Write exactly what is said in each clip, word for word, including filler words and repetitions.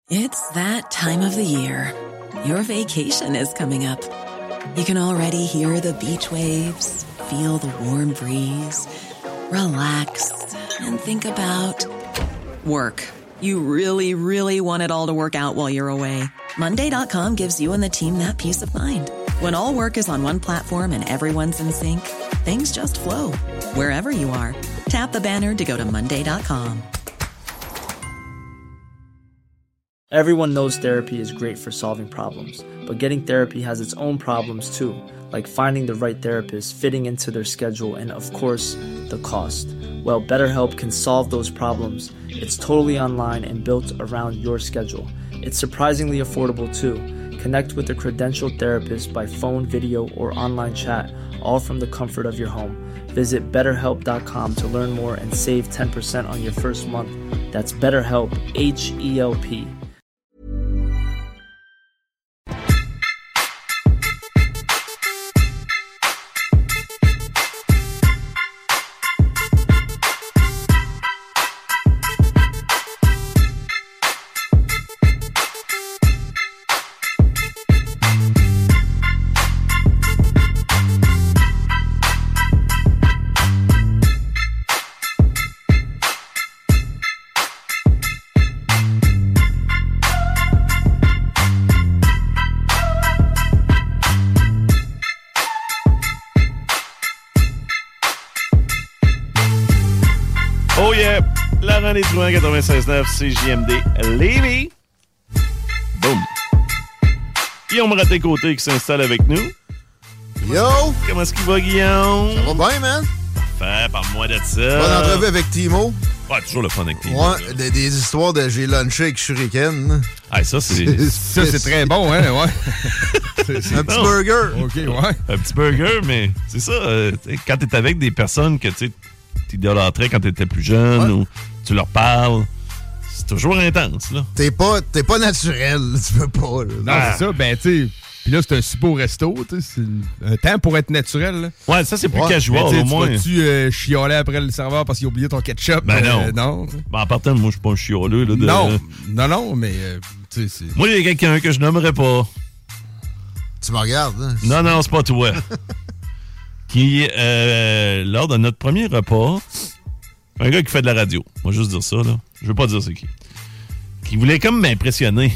It's that time of the year. Your vacation is coming up. You can already hear the beach waves, feel the warm breeze, relax, and think about work. You really, really want it all to work out while you're away. Monday dot com gives you and the team that peace of mind. When all work is on one platform and everyone's in sync, things just flow. Wherever you are, tap the banner to go to Monday dot com. Everyone knows therapy is great for solving problems, but getting therapy has its own problems too, like finding the right therapist, fitting into their schedule, and of course, the cost. Well, BetterHelp can solve those problems. It's totally online and built around your schedule. It's surprisingly affordable too. Connect with a credentialed therapist by phone, video, or online chat, all from the comfort of your home. Visit better help dot com to learn more and save ten percent on your first month. That's BetterHelp, H E L P. Les Drouin quatre-vingt-seize neuf C J M D Lévis. Boum. Guillaume Raté-Côté qui s'installe avec nous. Yo! Comment est-ce qu'il va, Guillaume? Ça va bien, man? Parfait, parle-moi de ça. Bonne entrevue avec Timo. Ouais, toujours le fun avec Timo. Ouais, des, des histoires de j'ai lunché avec Shuriken. Ah, ça, c'est... ça, c'est très bon, hein? Ouais. c'est, c'est un petit non. burger. OK, ouais. Un petit burger, mais c'est ça. Euh, quand t'es avec des personnes que tu t'idolâtrais quand t'étais plus jeune ouais. ou tu leur parles, c'est toujours intense, là. T'es pas, t'es pas naturel, tu peux pas, là. Non, ah. c'est ça, ben, tu sais. Puis là, c'est un si beau resto, tu sais. C'est un temps pour être naturel, là. Ouais, ça, c'est plus ouais. casual, mais, au moins. Tu vas-tu euh, chialer après le serveur parce qu'il a oublié ton ketchup? Ben non. Euh, non. Ben, en partant, moi, je suis pas un chialeux, là. De... Non, non, non, mais, euh, tu sais, c'est... Moi, il y a quelqu'un que je nommerais pas. Tu me regardes, hein? Non, non, c'est pas toi. Qui, euh, lors de notre premier repas... Un gars qui fait de la radio. On va juste dire ça, là. Je veux pas dire c'est qui. Qui voulait comme m'impressionner.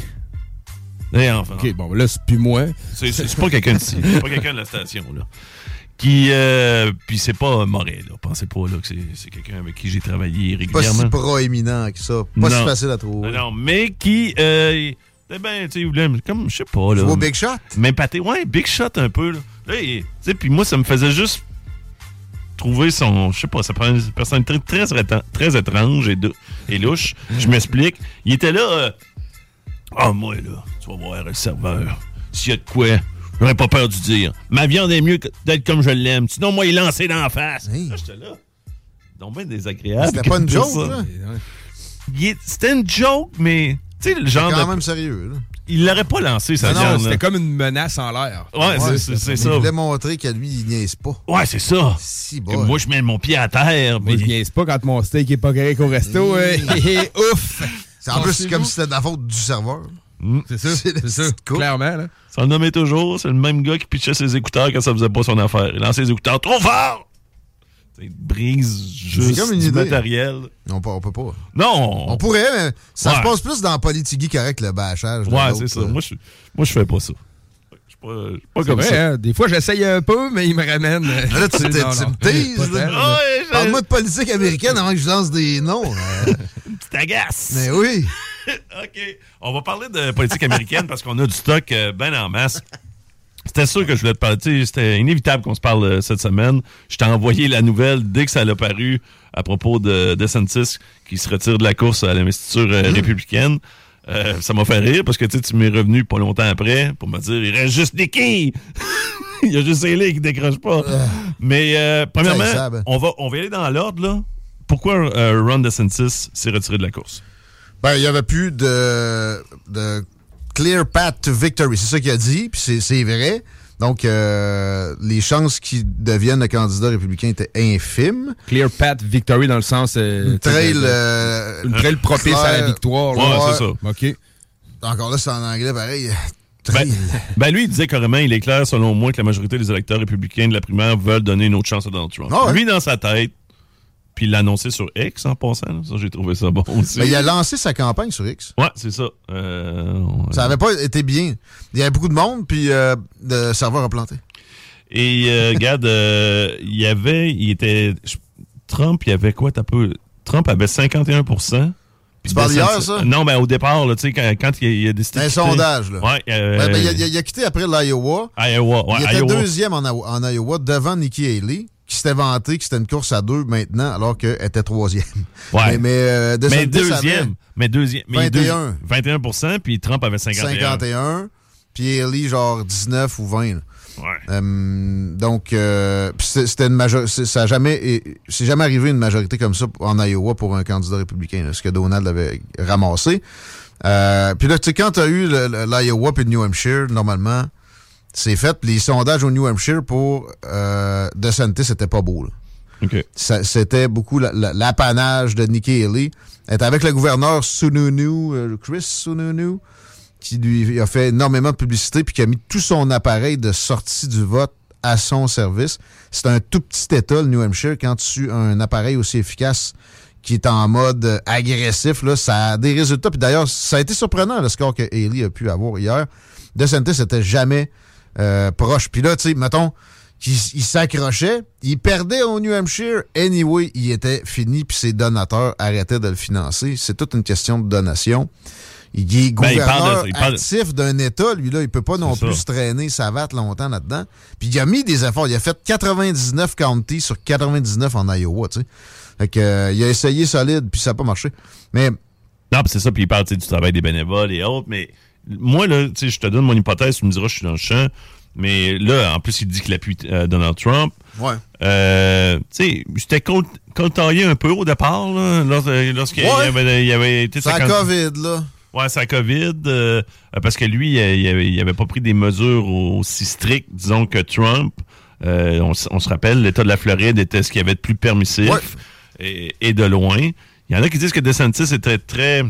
Et enfin, OK, bon, là, c'est plus moi. C'est, c'est, c'est pas quelqu'un d'ici. C'est pas quelqu'un de la station, là. Qui, euh... Puis c'est pas mauvais, là. Pensez pas, là, que c'est, c'est quelqu'un avec qui j'ai travaillé régulièrement. Pas si proéminent que ça. Pas non. si facile à trouver. Non, non, mais qui... Euh... Eh ben, tu sais, il voulait... Comme, je sais pas, là... Tu vois Big Shot? M'épater. Ouais, Big Shot, un peu, là. Là, tu sais, puis moi, ça me faisait juste... trouver son, je sais pas, ça prend une personnalité très, très, très étrange et, de, et louche. Je m'explique. Il était là, ah, euh, oh, moi, là, tu vas voir le serveur. S'il y a de quoi, j'aurais pas peur de dire. Ma viande est mieux d'être comme je l'aime. Sinon, moi, il est lancé dans la face. Hey. Là, j'étais là. Donc, bien désagréable. C'était pas une joke, ça. là? Il, c'était une joke, mais, tu sais, le genre. C'était quand de, même sérieux, là. Il l'aurait pas lancé, sa non, viande. Non, c'était là. Comme une menace en l'air. Ouais, ouais c'est, c'est, c'est ça. Il voulait montrer que lui, il niaise pas. Ouais, c'est ça. Si bon. Moi, je mets mon pied à terre. Moi, mais... je niaise pas quand mon steak est pas correct au resto. Ouf! C'est en plus, c'est comme si c'était de la faute du serveur. Mmh. C'est ça, c'est, c'est ça. Clairement, là. Ça le nommait toujours. C'est le même gars qui pitchait ses écouteurs quand ça faisait pas son affaire. Il lançait ses écouteurs trop fort! Il brise juste comme une du idée. Matériel. On peut, on peut pas. Non! On pourrait, mais ça ouais. se passe plus dans Politigui correct, le bâchage. Ouais, c'est ça. Euh... Moi, je moi, je fais pas ça. Je suis pas, je suis pas c'est comme vrai, ça. Hein? Des fois, j'essaye un peu, mais il me ramène. Là, tu, tu me teases. Ouais, parle-moi de politique américaine avant que je lance des noms. Une petite agace. Mais oui. OK. On va parler de politique américaine parce qu'on a du stock euh, ben en masse. C'était sûr que je voulais te parler. T'sais, c'était inévitable qu'on se parle euh, cette semaine. Je t'ai envoyé la nouvelle dès que ça a paru à propos de DeSantis qui se retire de la course à l'investiture euh, mmh. républicaine. Euh, ça m'a fait rire parce que tu m'es revenu pas longtemps après pour me dire il reste juste des quilles. Il y a juste les qui décrochent pas. Euh, Mais euh, premièrement, on va, on va y aller dans l'ordre. Là. Pourquoi euh, Ron DeSantis s'est retiré de la course? Ben, il n'y avait plus de... de... Clear path to victory, c'est ça qu'il a dit, puis c'est, c'est vrai. Donc, euh, les chances qu'il devienne le candidat républicain étaient infimes. Clear path victory dans le sens... Euh, une trail... Euh, une trail propice clair, à la victoire. Là. Ouais, ouais, c'est ça. OK. encore là, c'est en anglais, pareil. Ben, ben lui, il disait carrément, il est clair, selon moi, que la majorité des électeurs républicains de la primaire veulent donner une autre chance à Donald Trump. Ah ouais. Lui, dans sa tête, puis il l'a annoncé sur X en passant. Là. Ça, j'ai trouvé ça bon aussi. Ben, il a lancé sa campagne sur X. Ouais, c'est ça. Euh, ça avait pas été bien. Il y avait beaucoup de monde, puis euh, le serveur a planté. Et euh, regarde, euh, il y avait, il était, Trump, il y avait quoi, t'as peu, Trump avait cinquante et un pour cent. Tu parles hier, ça? Non, mais au départ, tu sais, quand, quand il, il a décidé un de quitter, sondage, là. Ouais. Euh, ouais ben, il, a, il a quitté après l'Iowa. Iowa, ouais. Il était Iowa. deuxième en, en Iowa, devant Nikki Haley, qui s'était vanté que c'était une course à deux maintenant, alors qu'elle était troisième. Ouais. Mais, mais, euh, mais deuxième. Mais deuxième. Mais vingt et un. vingt et un pour cent, puis Trump avait cinquante et un. cinquante et un. Puis Haley, genre dix-neuf ou vingt. Là. Ouais. Euh, donc, euh, c'était une majorité. Ça a jamais, c'est jamais arrivé une majorité comme ça en Iowa pour un candidat républicain, là, ce que Donald avait ramassé. Euh, puis là, tu sais, quand tu as eu l'Iowa puis le New Hampshire, normalement, c'est fait. Les sondages au New Hampshire pour euh, DeSantis, c'était pas beau. Là. Okay. Ça, c'était beaucoup la, la, l'apanage de Nikki Haley. Elle était avec le gouverneur Sununu, euh, Chris Sununu, qui lui a fait énormément de publicité puis qui a mis tout son appareil de sortie du vote à son service. C'est un tout petit État, le New Hampshire. Quand tu as un appareil aussi efficace qui est en mode agressif, là, ça a des résultats. Puis d'ailleurs, ça a été surprenant, le score que Haley a pu avoir hier. DeSantis n'était jamais euh, proche. Puis là, tu sais, mettons, il, il s'accrochait, il perdait au New Hampshire. Anyway, il était fini puis ses donateurs arrêtaient de le financer. C'est toute une question de donation. Il est gouverneur ben, il parle de, il actif d'un État, lui, là, il peut pas non plus se traîner sa vatte longtemps là-dedans. Puis il a mis des efforts. Il a fait quatre-vingt-dix-neuf counties sur quatre-vingt-dix-neuf en Iowa, tu sais. Fait que, euh, il a essayé solide, puis ça n'a pas marché. Mais... Non, c'est ça, puis il parle du travail des bénévoles et autres, mais moi, là, tu sais, je te donne mon hypothèse, tu me diras, je suis dans le champ, mais là, en plus, il dit qu'il appuie euh, Donald Trump. Ouais. Euh, tu sais, j'étais contrarié un peu au départ, là, lorsqu'il ouais. avait, il avait été... C'est la COVID, là. Ouais, c'est la COVID, euh, parce que lui, il avait, il avait pas pris des mesures aussi strictes, disons, que Trump. Euh, on, on se rappelle, l'État de la Floride était ce qu'il y avait de plus permissif, ouais. et, et de loin. Il y en a qui disent que DeSantis était très,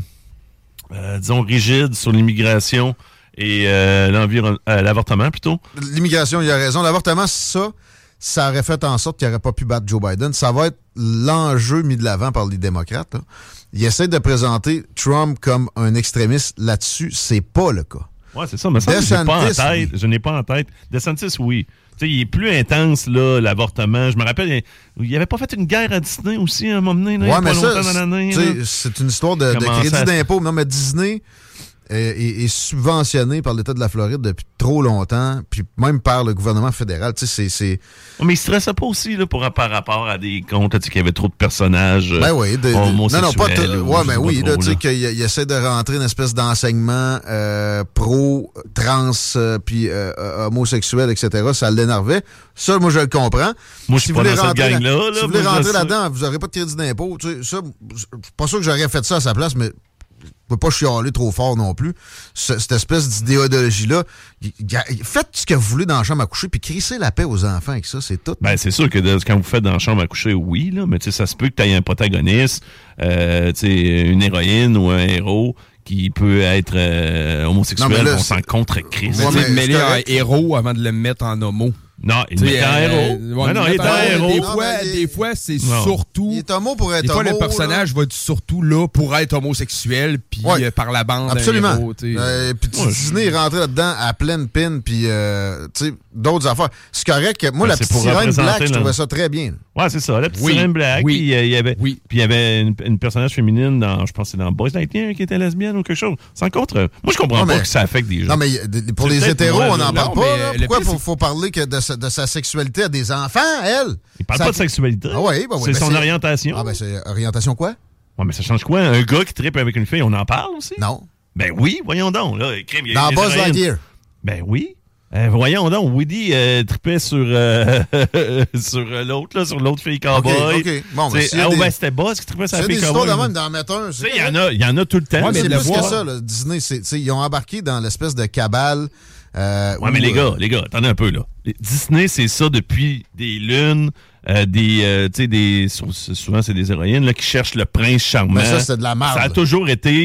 euh, disons, rigide sur l'immigration et euh, l'environ, euh, l'avortement, plutôt. L'immigration, il a raison. L'avortement, ça, ça aurait fait en sorte qu'il n'aurait pas pu battre Joe Biden. Ça va être l'enjeu mis de l'avant par les démocrates, là. Il essaie de présenter Trump comme un extrémiste là-dessus. C'est pas le cas. Ouais, c'est ça. Mais ça, je n'ai pas en tête. Oui. Je n'ai pas en tête. DeSantis, oui. Tu sais, il est plus intense, là, l'avortement. Je me rappelle, il n'avait pas fait une guerre à Disney aussi, à un moment donné. Là, ouais, il mais pas ça, longtemps dans l'année, c'est, c'est une histoire de, de crédit à... d'impôt. Non, mais Disney est, est, est subventionné par l'État de la Floride depuis trop longtemps, puis même par le gouvernement fédéral. Tu sais, c'est... c'est... Mais il ne stressait pas aussi, là, pour, par rapport à des comptes, tu sais, qu'il y avait trop de personnages ben oui, de, homosexuels. Non, non, pas... T- ouais, mais oui, trop, tu sais, qu'il il essaie de rentrer une espèce d'enseignement euh, pro, trans, euh, puis euh, homosexuel, et cetera. Ça l'énervait. Ça, moi, je le comprends. Moi, je suis si pas vous dans cette gang-là. Là, là, si vous voulez moi, rentrer là-dedans, vous n'aurez pas de crédit d'impôt. Tu sais, ça, je suis pas sûr que j'aurais fait ça à sa place, mais... Je peux pas chialer trop fort non plus. Ce, cette espèce d'idéologie-là. Faites ce que vous voulez dans la chambre à coucher, puis crissez la paix aux enfants avec ça, c'est tout. Ben, c'est sûr que de, quand vous faites dans la chambre à coucher, oui, là, mais ça se peut que tu aies un protagoniste, euh, une héroïne ou un héros qui peut être euh, homosexuel, non, là, on s'en contre-crisse. Mais, mais mêler un héros avant de le mettre en homo. Non, il est un héros. Ouais, non, il est un héros. Des fois, non, des fois c'est non. surtout... Il est homo pour être homo. Des fois, homo, le personnage là. va être surtout là pour être homosexuel, puis ouais. euh, par la bande absolument. Héros, euh, puis ouais. Disney est rentré là-dedans à pleine pine, puis euh, d'autres affaires. C'est correct. Moi, ben, la petite sirène black, je trouvais ça très bien. Ouais, c'est ça. La petite oui. sirène black. Oui. Puis il y avait, oui. puis il y avait une, une personnage féminine dans, je pense que c'est dans Boys Lightyear qui était lesbienne ou quelque chose. Sans contre, moi, je comprends non, pas mais, que ça affecte des gens. Non, mais pour les hétéros, on n'en parle pas. Pourquoi il faut parler de sa sexualité à des enfants, elle? Il parle ça... pas de sexualité. Ah oui, ben oui, c'est ben son c'est... orientation. Ah ben c'est orientation quoi? Ouais, mais ça change quoi? Un gars qui trippe avec une fille, on en parle aussi? Non. Ben oui, voyons donc. Là, crime, dans Buzz Lightyear. Ben oui. Euh, voyons donc, Woody euh, trippait sur, euh, sur l'autre, là, sur l'autre fille cowboy. OK, OK. Bon, ben, ah, des... ben, c'était Buzz qui trippait sur la fille cowboy. C'est des histoires de même d'en mettre un. Il y en a, il y en a tout le temps. Ouais, mais c'est plus que ça, là. Disney, c'est, ils ont embarqué dans l'espèce de cabale. Euh, ouais, où, mais les gars, euh... les gars, attendez un peu, là. Disney, c'est ça depuis des lunes, euh, des, euh, tu sais, des, souvent, c'est des héroïnes, là, qui cherchent le prince charmant. Mais ça, c'est de la merde. Ça a toujours été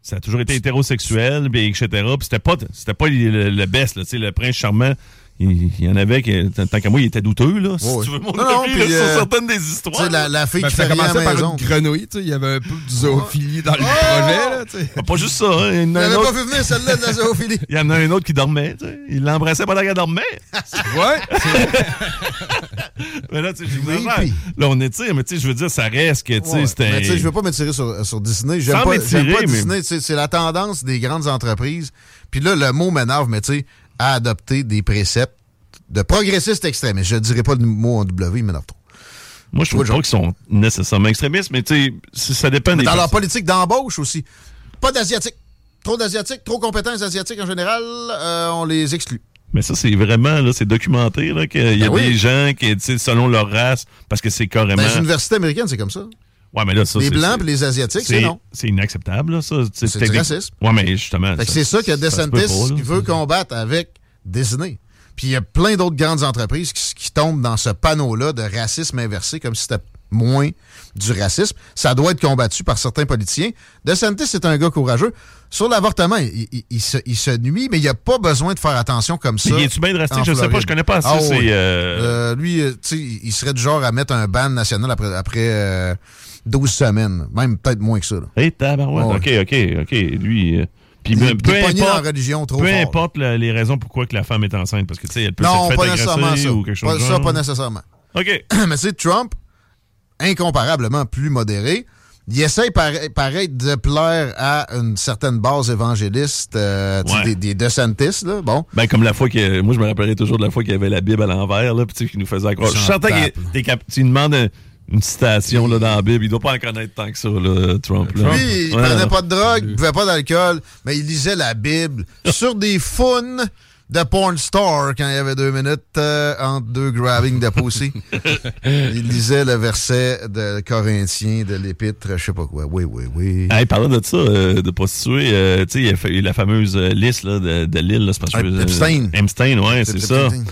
ça a toujours été hétérosexuel, et cetera. Puis c'était pas, c'était pas le, le best, là, tu sais, le prince charmant. Il, il y en avait qui, tant qu'à moi, il était douteux, là. Si oh, tu veux mon non, avis, non, là, puis, sur euh, certaines des histoires. La, la fille ben, qui ça fait rien à commençait la par maison. une grenouille, tu sais. Il y avait un peu de zoophilie dans le projet, là, tu sais. Ah, pas juste ça, hein. Il y en Il a un n'avait autre, pas vu venir celle-là de la zoophilie. il y en a un autre qui dormait, tu sais. Il l'embrassait pendant qu'elle dormait. Ouais. Mais là, tu sais, j'exagère. Creepy. Là, on étire, mais tu sais, je veux dire, ça reste que, tu sais, Ouais. c'était... Mais tu sais, je veux pas m'étirer sur, sur Disney. J'aime Sans pas, m'étirer, j'aime pas mais- Disney. Tu sais, c'est la tendance des grandes entreprises. Puis là, le mot m'énerve, mais tu sais, à adopter des préceptes de progressistes extrémistes. Je ne dirais pas le mot en W, il m'énerve trop. Moi, je trouve pas qu'ils sont nécessairement extrémistes, mais tu sais, ça dépend Mais des dans leur personnes. politique d'embauche aussi. Pas d'Asiatiques. Trop d'Asiatiques, trop compétents les Asiatiques en général, euh, on les exclut. Mais ça, c'est vraiment, là, c'est documenté, là, qu'il y a Ben oui. des gens qui, tu sais, selon leur race, parce que c'est carrément... Dans les universités américaines, c'est comme ça. Ouais, mais là, ça, Les c'est- Blancs c'est- et les Asiatiques, c'est non. C'est inacceptable, là, ça. C'est du technique- racisme. Ouais, mais justement... Fait que c'est ça que se peut DeSantis pas, là. veut combattre avec Disney. Puis il y a plein d'autres grandes entreprises qui, qui tombent dans ce panneau-là de racisme inversé, comme si c'était moins du racisme. Ça doit être combattu par certains politiciens. DeSantis, c'est un gars courageux. Sur l'avortement, il, il- il se, il se nuit, mais il n'y a pas besoin de faire attention comme ça. Mais est-tu bien drastique? en Je sais pas, Floride. je connais pas assez. Ah, c'est, oui. euh, Euh, lui, euh, tu sais, il serait du genre à mettre un ban national après, après euh, douze semaines. Même peut-être moins que ça. Là. Hey, tabarouette. Ouais. OK, OK, OK. Lui... euh, Puis Il, peu, il est peu pogné dans la importe, religion trop peu fort. importe la- les raisons pourquoi que la femme est enceinte, parce que, tu sais, elle peut Non, s'être pas fait nécessairement agresser ça. ou quelque chose Pas, de ça, genre. pas nécessairement. OK. Mais tu sais, Trump, incomparablement plus modéré, il essaye pareil, pareil de plaire à une certaine base évangéliste, euh, tu sais, Ouais. des, des DeSantis, là. Bon. Ben, comme la fois que. Moi, je me rappellerai toujours de la fois qu'il y avait la Bible à l'envers, là, puis tu sais, qu'il nous faisait accroire. Je J'en sentais tape, qu'il t'es cap- tu lui demandes un- une citation là, dans la Bible. Il doit pas en connaître tant que ça, là, Trump. Là. Lui, il Ouais, prenait non. pas de drogue, il buvait pas d'alcool, mais il lisait la Bible sur des founes de porn star quand il y avait deux minutes euh, entre deux grabbing de pussy. Il lisait le verset de Corinthiens de l'Épître, je sais pas quoi. Oui, oui, oui. Hey, parlant de ça, euh, de prostituées, euh, tu sais, il y a fa- la fameuse euh, liste là, de, de l'île, là, c'est parce que... Ah, Epstein. Euh, Epstein, ouais, c'est ça. Epstein.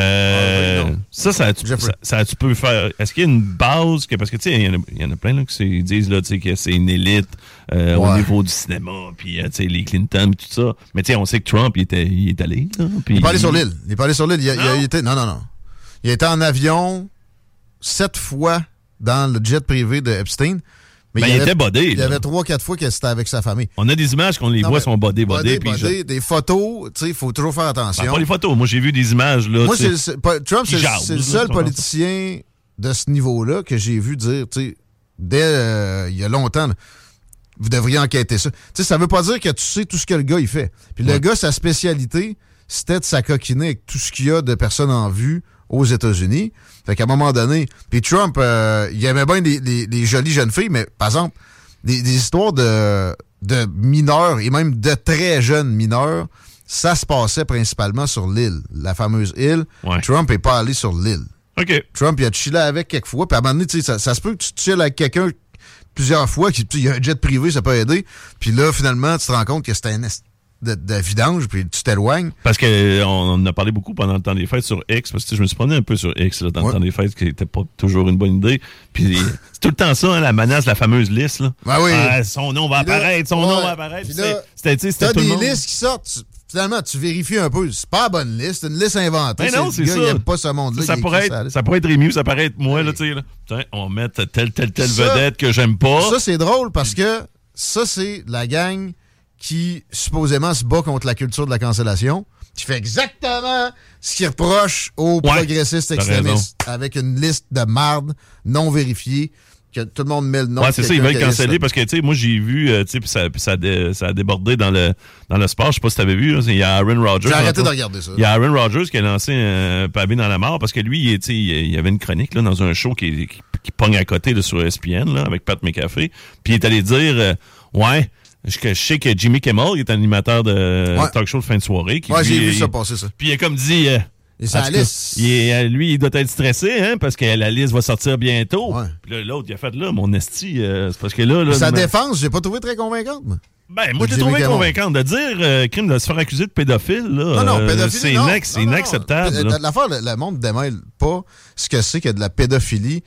Euh, Ah, oui, non. ça, ça a-tu, Jeffrey. ça, ça a-tu peut faire... Est-ce qu'il y a une base... Que, parce que, tu sais, il y, en a- il y en a plein là, qui se- disent là, tu sais, que c'est une élite euh, au Ouais. niveau du cinéma, puis, euh, tu sais, les Clinton, puis tout ça. Mais, tu sais, on sait que Trump, il, était, il est allé. Là, puis, Il est pas allé sur l'île. Il est pas allé sur l'île. Il, a- il a Non. été, non, non, non. Il a été en avion sept fois dans le jet privé de Epstein. Mais Ben, il, il avait, était bodé, Il y là. avait trois, quatre fois que c'était avec sa famille. On a des images qu'on les Non, voit, mais sont bodés, bodés. Bodé, puis je- bodé, des photos, tu sais, il faut toujours faire Ben, attention. pas les photos. Moi, j'ai vu des images, là. Moi, tu sais. c'est, c'est- pas- Trump, c'est, Il jase, c'est le là, seul ça, politicien de ce niveau-là que j'ai vu dire, tu sais, dès euh, il y a longtemps, là, vous devriez enquêter ça. Tu sais, ça veut pas dire que tu sais tout ce que le gars, il fait. Puis le Ouais. gars, sa spécialité, c'était de s'acoquiner avec tout ce qu'il y a de personnes en vue aux États-Unis. Fait qu'à un moment donné, puis Trump, euh, il aimait bien les, les- les jolies jeunes filles, mais par exemple, des, des histoires de, de mineurs et même de très jeunes mineurs, ça se passait principalement sur l'île, la fameuse île. Ouais. Trump est pas allé sur l'île. OK. Trump, il a chillé avec quelques fois, puis à un moment donné, tu sais, ça, ça se peut que tu chilles avec quelqu'un plusieurs fois, qui- tu sais, il y a un jet privé, ça peut aider, puis là, finalement, tu te rends compte que c'était un est de, de vidange, puis tu t'éloignes. Parce qu'on on en a parlé beaucoup pendant le temps des fêtes sur X, parce que tu sais, je me suis promené un peu sur X là, dans Ouais. le temps des fêtes, qui n'était pas toujours une bonne idée. Puis c'est tout le temps ça, hein, la menace, la fameuse liste. Là. Ben oui. Ah, son nom va Puis là, apparaître, son ouais. nom va apparaître. Puis Puis là, c'est- C'était, tu sais, c'était T'as tout le des monde. listes qui sortent, tu- finalement, tu vérifies un peu. C'est pas la bonne liste, c'est une liste inventée. Mais non, le c'est gars, ça. il aime pas ce monde-là. Ça il pourrait, écrit ça à la être, liste. ça pourrait être Rémi ou ça pourrait être moi, là, tu sais. Là. Tiens, on va mettre telle, telle, telle Ça- vedette que j'aime pas. Ça, c'est drôle parce que ça, c'est la gang qui, supposément, se bat contre la culture de la cancellation, qui fait exactement ce qu'il reproche aux Ouais, progressistes t'as extrémistes, avec une liste de marde non vérifiée, que tout le monde met le nom. Ouais, de c'est ça, ils quelqu'un veulent qui a canceller liste, parce que, tu sais, moi, j'ai vu, euh, tu sais, puis ça, puis ça, a dé- ça a débordé dans le, dans le sport. Je sais pas si t'avais vu, là, il y a Aaron Rodgers. J'ai arrêté entre de autres. regarder ça. Il y a Aaron Rodgers qui a lancé un pavé dans la mort parce que lui, il, tu sais, il y avait une chronique là, dans un show qui, qui, qui pogne à côté là, sur E S P N là, avec Pat McAfee. Puis il est allé dire euh, ouais, je, que je sais que Jimmy Kimmel, il est animateur de Ouais. talk show de fin de soirée. Qui, Ouais, lui, j'ai vu il- ça passer, ça. Puis il a comme dit. euh, Et c'est en la tout cas, liste. il est- euh, lui, il doit être stressé, hein, parce que la liste va sortir bientôt. Ouais. Puis là, l'autre, il a fait là, mon esti, euh, c'est parce que là, là Sa ma- défense, j'ai pas trouvé très convaincante, moi. ben, moi, je l'ai Jimmy trouvé Kimmel. convaincante de dire, euh, crime de se faire accuser de pédophile, là. Non, non, euh, pédophilie, c'est non. inac- c'est Non, non, inacceptable. non. là. L'affaire, le, le monde démêle pas ce que c'est que de la pédophilie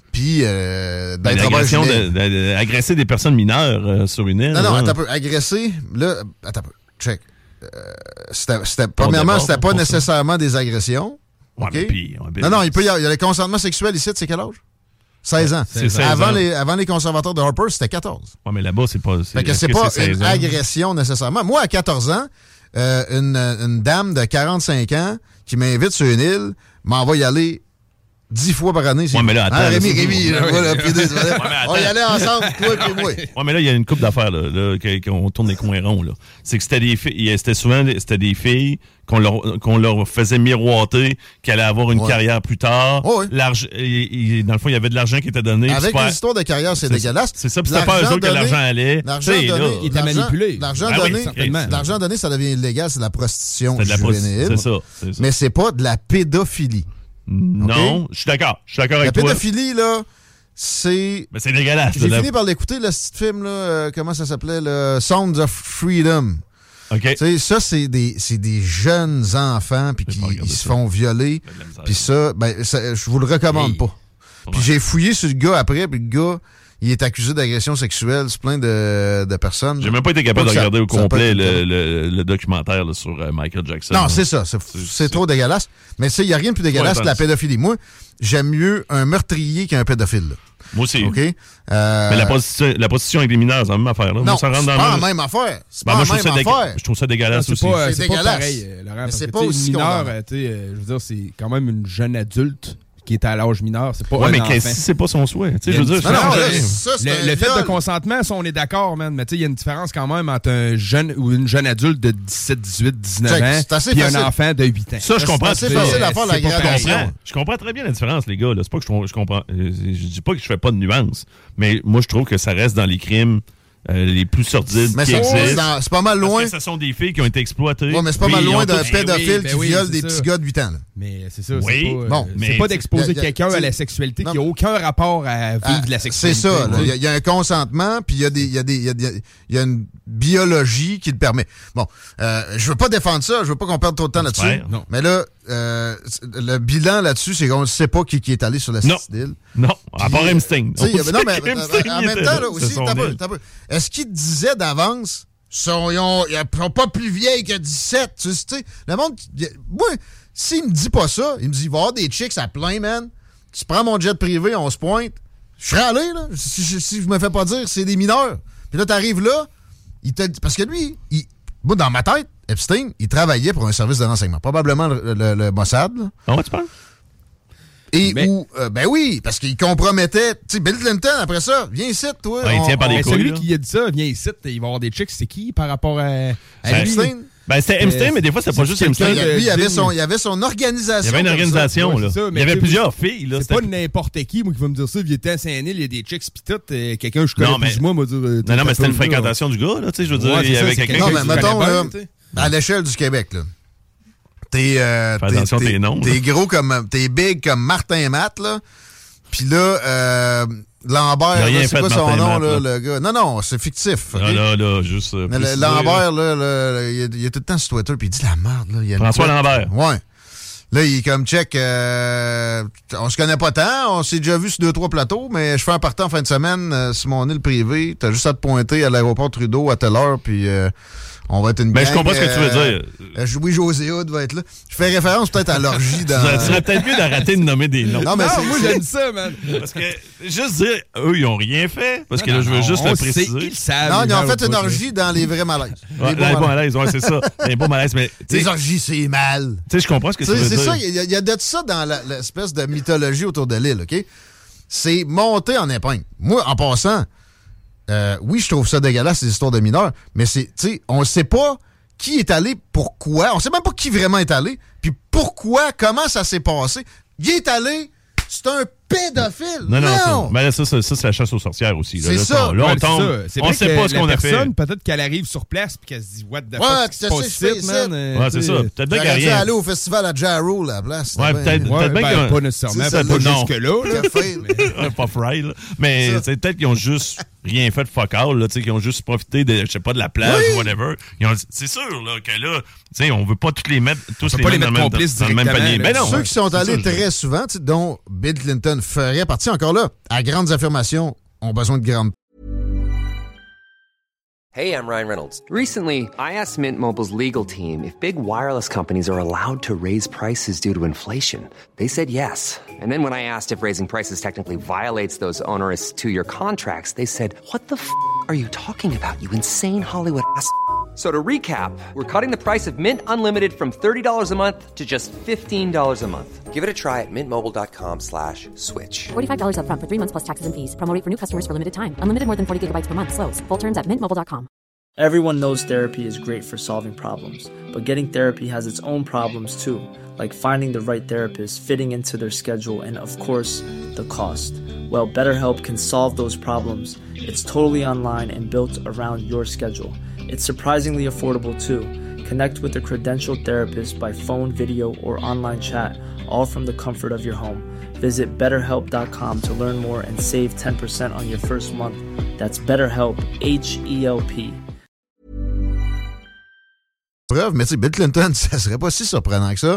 puis euh, d'être L'agression auberginet. de, de, de, agresser des personnes mineures euh, sur une île. Non, non, hein. attends un peu. Agresser, là, attends un peu. Check. Euh, c'était, c'était, premièrement, départ, c'était pas pour ça. nécessairement des agressions. Ouais, OK? mais puis, ouais, ben, Non, non, il peut y avoir, il y a le consentement sexuel ici, c'est quel âge? seize ans. C'est seize avant, ans. Les, avant les conservateurs de Harper, c'était quatorze. Ouais, mais là-bas, c'est pas. Fait que est-ce c'est que pas c'est une seize ans? agression nécessairement. Moi, à quatorze ans, euh, une, une dame de quarante-cinq ans qui m'invite sur une île m'envoie y aller dix fois par année. Ouais, mais là, attends, Hein, Rémi, là, c'est- Rémi, là, voilà, puis deux, voilà. mais On y attends. allait ensemble, toi et moi. Ouais, mais là, il y a une couple d'affaires, là, là, que- qu'on tourne les coins ronds, là. C'est que c'était des filles, c'était souvent, des- c'était des filles qu'on leur, qu'on leur faisait miroiter qu'elle allait avoir une Ouais. carrière plus tard. Ouais, ouais. L'argent, et- et dans le fond, il y avait de l'argent qui était donné. Avec Super- les histoires de carrière, c'est C'est- dégueulasse. c'est ça, puis c'était pas eux autres que donné- l'argent allait. L'argent Tu sais, donné, là, il était l'argent- manipulé. L'argent Ah oui, donné, certainement. l'argent donné, ça devient illégal, c'est de la prostitution C'était de la juvénile. prostitution, c'est ça, c'est ça. Mais c'est pas de la pédophilie. Non, je suis d'accord. Je suis d'accord La avec toi. pédophilie, là, c'est... Mais c'est dégueulasse. J'ai là, fini la- par l'écouter, le petit film, là, euh, comment ça s'appelait, le Sounds of Freedom. OK. Tu sais, ça, c'est des, c'est des jeunes enfants puis J'ai qui pas regardé ils se ça. font violer. de la misère. Puis ça, ben, ça, je vous le recommande Hey. pas. Puis j'ai fouillé sur le gars après, puis le gars, il est accusé d'agression sexuelle sur plein de, de personnes. J'ai même pas été capable Pas de que ça- regarder au ça peut complet être le, le le, le documentaire là, sur euh, Michael Jackson. Non, là. c'est ça. C'est, C'est- c'est c'est- trop dégueulasse. Mais tu sais, il n'y a rien de plus dégueulasse que la intense. pédophilie. Moi, j'aime mieux un meurtrier qu'un pédophile. Là. Moi aussi. OK? Euh, Mais la prostitution, la prostitution avec des mineurs, c'est la même affaire. Là. non, Moi, ça rentre c'est dans pas le- la même affaire. C'est Ben, pas moi, je la trouve, même ça déga- affaire. je trouve ça dégueulasse C'est aussi. pas, C'est c'est pas dégueulasse. pareil, euh, Laurent. Mais parce c'est que, pas tu sais, aussi mineur, condamnable. euh, tu sais, euh, je veux dire, c'est quand même une jeune adulte qui est à l'âge mineur. C'est pas Ouais, un mais enfant. qu'est-ce si c'est pas son souhait? Tu sais, Il y je a veux une dire, Non, je non, pense là, que- ça, c'est Le, un le fait viol. de consentement, ça, on est d'accord, man. Mais tu sais, il y a une différence quand même entre un jeune ou une jeune adulte de dix-sept, dix-huit, dix-neuf Check, ans c'est assez puis facile. un enfant de huit ans. Ça, je comprends. C'est tu assez sais, facile à faire la c'est pas Je gradation. comprends. Je comprends très bien la différence, les gars. là. C'est pas que je, je comprends. euh, Je dis pas que je fais pas de nuances, mais moi, je trouve que ça reste dans les crimes euh, les plus sordides Mais qui c'est, existent. dans- c'est pas mal Parce loin. que ce sont des filles qui ont été exploitées. Ouais, mais c'est pas Oui, mal ils loin ont d'un tout- pédophile oui, ben qui oui, viole c'est des ça. petits gars de huit ans. là. Mais c'est ça, Oui, c'est pas, bon, euh, mais c'est pas y d'exposer a- y a- quelqu'un à t'sais, la sexualité non, qui n'a aucun rapport à vivre Ah, de la c'est sexualité. ça. là. tu Il y, sais. a- il y a un consentement, puis il y, a des- il y, a des- il y, a des- il y a une biologie qui le permet. Bon, euh, je veux pas défendre ça, je veux pas qu'on perde trop de temps là-dessus. J'espère, non. Mais là, euh, le bilan là-dessus, c'est qu'on ne sait pas qui, qui est allé sur la Non. petite île. Non, à part Puis, Epstein. Tu sais, il y avait- non, mais On sait euh, qu'Epstein, en il même était temps, là, là, c'est aussi, son t'as peu, île. t'as peu. Est-ce qu'ils disaient d'avance, sont, ils, ont, ils sont pas plus vieilles que dix-sept, tu sais, le monde, y- moi, s'il me dit pas ça, il me dit, il va y avoir des chicks à plein, man, tu prends mon jet privé, on se pointe, je serais allé, là, si, si, si je me fais pas dire, c'est des mineurs. Puis là, t'arrives là, il te, parce que lui, il, moi, dans ma tête, Epstein, il travaillait pour un service de renseignement, probablement le, le- le Mossad, là. Ah ouais, tu parles? Et Mais- où, euh, ben oui, parce qu'il compromettait. Tu sais, Bill Clinton, après ça, viens ici, toi. Ouais, il on- tient par on- les Mais couilles, celui là. qui a dit ça, viens ici, il va y avoir des chicks, c'est qui par rapport à, à à lui? Epstein. Ben, c'était Epstein, mais des fois, c'était pas c'est juste quelqu'un Epstein. de- Lui, il avait, digne. son, il avait son Il organisation. y avait une comme ça. organisation, Ouais, là. c'est ça, Il mais y avait tu- plusieurs filles, là. C'est c'était- pas n'importe qui, moi, qui va me dire ça. Il était à Saint-Denis, il y a des chicks pis tout. euh, quelqu'un que je connais Non, mais- plus ou moins m'a dit. euh, Non, non, mais c'était une t'as pas, là. fréquentation du gars, là, tu sais, je veux dire, Ouais, il c'est y ça, avait c'est quelqu'un quelqu'un Non, qui... mais que tu mettons, connais là, bien, tu sais. à l'échelle du Québec, là. T'es, euh, Fais t'es, attention à t'es- tes noms, t'es là. gros comme. T'es big comme Martin Matt, là. Puis là, euh, Lambert, Il a rien là, c'est fait, quoi son Martin nom, Matt, là, là. le gars? Non, non, c'est fictif. ok? Là, là, là, juste... euh, Mais le- préciser, Lambert, là, là, il, est, il est tout le temps sur Twitter, puis il dit la merde, là. Il y a une François couette. Lambert. Ouais. Là, il est comme check. Euh, on se connaît pas tant, on s'est déjà vu sur deux, trois plateaux, mais je fais un partant en fin de semaine euh, sur mon île privée. T'as juste à te pointer à l'aéroport Trudeau à telle heure, puis euh, on va être une Ben, je gang, comprends ce que tu veux euh, dire. euh, oui, José Hood va être là. Je fais référence peut-être à l'orgie dans. Ça serait peut-être mieux d'arrêter de nommer des noms. Non, mais Non, c'est- moi, c'est- j'aime ça, man. Parce que, juste dire, eux, ils ont rien fait. Parce que là, Non, je veux non, juste on le sait, préciser. ils savent. Non, ils ont les fait gens une au bout, orgie dans les vrais malaises. Ouais, Les beaux là, bon malaises. malaise, ouais, c'est ça. Un bon malaise, mais, tu Les sais, orgies, c'est mal. tu sais, je comprends ce que tu Tu sais, veux c'est dire. ça, il y, a- il y a de ça dans la- l'espèce de mythologie autour de l'île, OK? C'est monté en épingle. Moi, en passant, euh, oui, je trouve ça dégueulasse, ces histoires de mineurs, mais c'est, tu sais, on ne sait pas qui est allé, pourquoi. On sait même pas qui vraiment est allé, puis pourquoi, comment ça s'est passé. Qui est allé, c'est un pédophile. Non, non, ça, non. mais là, ça, ça, ça, c'est la chasse aux sorcières aussi. Là. C'est Là, ça. Là, on Ouais, c'est tombe. ça. C'est On vrai sait que pas ce la qu'on a fait. personne, peut-être qu'elle arrive sur place puis qu'elle se dit what the Ouais, fuck, c'est qu'est-ce pas que je ici, fais ici? man. euh, Ouais, c'est tu sais. ça. Peut-être bien qu'il J'aurais n'y dû a rien. aller au festival à Ja Rule à la place. Ouais, c'était peut-être- bien- Ouais, peut-être bien ben, qu'ils ont- pas nécessairement, C'est peut-être ça, pas non. jusque-là. là. Café, là. pas fry, là. Mais Ça. c'est peut-être qu'ils ont juste rien fait de fuck all, là, qui ont juste profité de, je sais pas, de la plage oui. ou whatever. Ils ont, c'est sûr là, que là, tu sais, on veut pas tous les mettre, tous les, pas mettre les mettre complices dans, dans le même panier. directement, Mais non. Ceux qui sont allés ça, très souvent, dont Bill Clinton ferait partie, encore là, à grandes affirmations, ont besoin de grandes. Hey, I'm Ryan Reynolds. Recently, I asked Mint Mobile's legal team if big wireless companies are allowed to raise prices due to inflation. They said yes. And then when I asked if raising prices technically violates those onerous two-year contracts, they said, what the f*** are you talking about, you insane Hollywood ass f- So to recap, we're cutting the price of Mint Unlimited from thirty dollars a month to just fifteen dollars a month. Give it a try at mintmobile.com slash switch. forty-five dollars up front for three months plus taxes and fees. Promo rate for new customers for limited time. Unlimited more than forty gigabytes per month. Slows full terms at mint mobile dot com. Everyone knows therapy is great for solving problems, but getting therapy has its own problems too, like finding the right therapist, fitting into their schedule, and of course, the cost. Well, BetterHelp can solve those problems. It's totally online and built around your schedule. It's surprisingly affordable too. Connect with a credentialed therapist by phone, video, or online chat, all from the comfort of your home. Visit better help dot com to learn more and save ten percent on your first month. That's BetterHelp, H E L P. Preuve, mais tu sais, Bill Clinton, ça serait pas si surprenant que ça.